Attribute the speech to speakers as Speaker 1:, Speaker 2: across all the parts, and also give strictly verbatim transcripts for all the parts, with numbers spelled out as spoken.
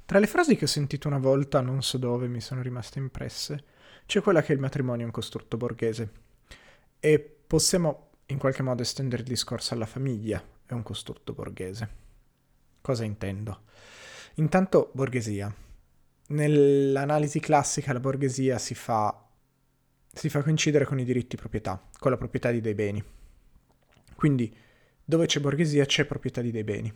Speaker 1: Tra le frasi che ho sentito una volta, non so dove, mi sono rimaste impresse, c'è quella che il matrimonio è un costrutto borghese. E possiamo in qualche modo estendere il discorso alla famiglia, è un costrutto borghese. Cosa intendo? Intanto borghesia. Nell'analisi classica la borghesia si fa, si fa coincidere con i diritti di proprietà, con la proprietà di dei beni. Quindi dove c'è borghesia c'è proprietà di dei beni.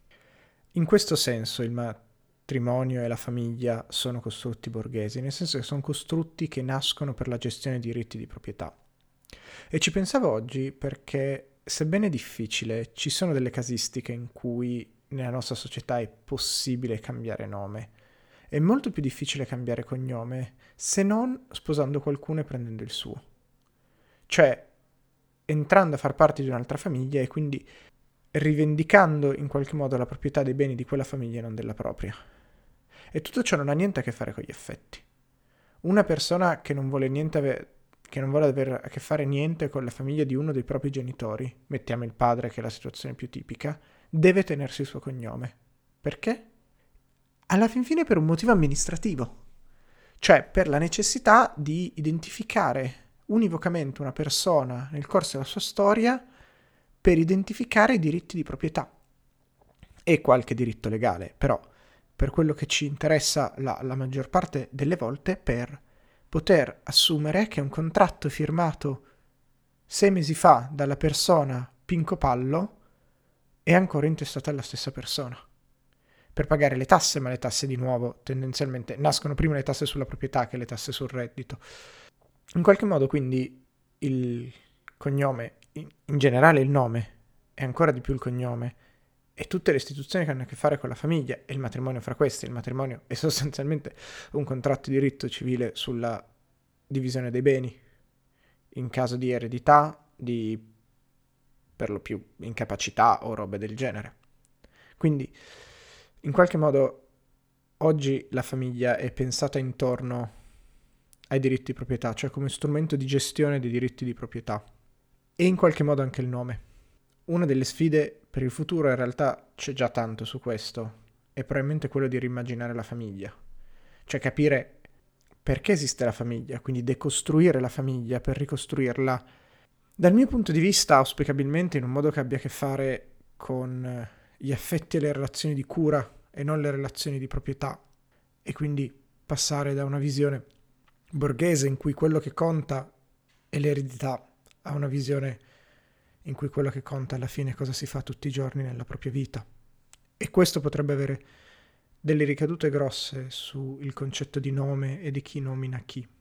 Speaker 1: In questo senso il matrimonio e la famiglia sono costrutti borghesi, nel senso che sono costrutti che nascono per la gestione di diritti di proprietà. E ci pensavo oggi perché, sebbene difficile, ci sono delle casistiche in cui nella nostra società è possibile cambiare nome. È molto più difficile cambiare cognome se non sposando qualcuno e prendendo il suo. Cioè, entrando a far parte di un'altra famiglia e quindi rivendicando in qualche modo la proprietà dei beni di quella famiglia e non della propria. E tutto ciò non ha niente a che fare con gli affetti. Una persona che non vuole niente avere, che non vuole avere a che fare niente con la famiglia di uno dei propri genitori, mettiamo il padre che è la situazione più tipica, deve tenersi il suo cognome. Perché? Alla fin fine per un motivo amministrativo. Cioè per la necessità di identificare univocamente una persona nel corso della sua storia per identificare i diritti di proprietà e qualche diritto legale, però per quello che ci interessa la, la maggior parte delle volte per poter assumere che un contratto firmato sei mesi fa dalla persona Pinco Pallo è ancora intestato alla stessa persona. Per pagare le tasse, ma le tasse di nuovo tendenzialmente nascono prima le tasse sulla proprietà che le tasse sul reddito. In qualche modo quindi il cognome, in generale il nome, e ancora di più il cognome, e tutte le istituzioni che hanno a che fare con la famiglia, e il matrimonio fra queste, il matrimonio è sostanzialmente un contratto di diritto civile sulla divisione dei beni, in caso di eredità, di per lo più incapacità o robe del genere. Quindi, in qualche modo, oggi la famiglia è pensata intorno ai diritti di proprietà, cioè come strumento di gestione dei diritti di proprietà. E in qualche modo anche il nome. Una delle sfide per il futuro, in realtà c'è già tanto su questo, è probabilmente quello di rimmaginare la famiglia. Cioè capire perché esiste la famiglia, quindi decostruire la famiglia per ricostruirla, dal mio punto di vista, auspicabilmente in un modo che abbia a che fare con gli affetti e le relazioni di cura e non le relazioni di proprietà, e quindi passare da una visione borghese in cui quello che conta è l'eredità a una visione in cui quello che conta alla fine è cosa si fa tutti i giorni nella propria vita. E questo potrebbe avere delle ricadute grosse sul concetto di nome e di chi nomina chi.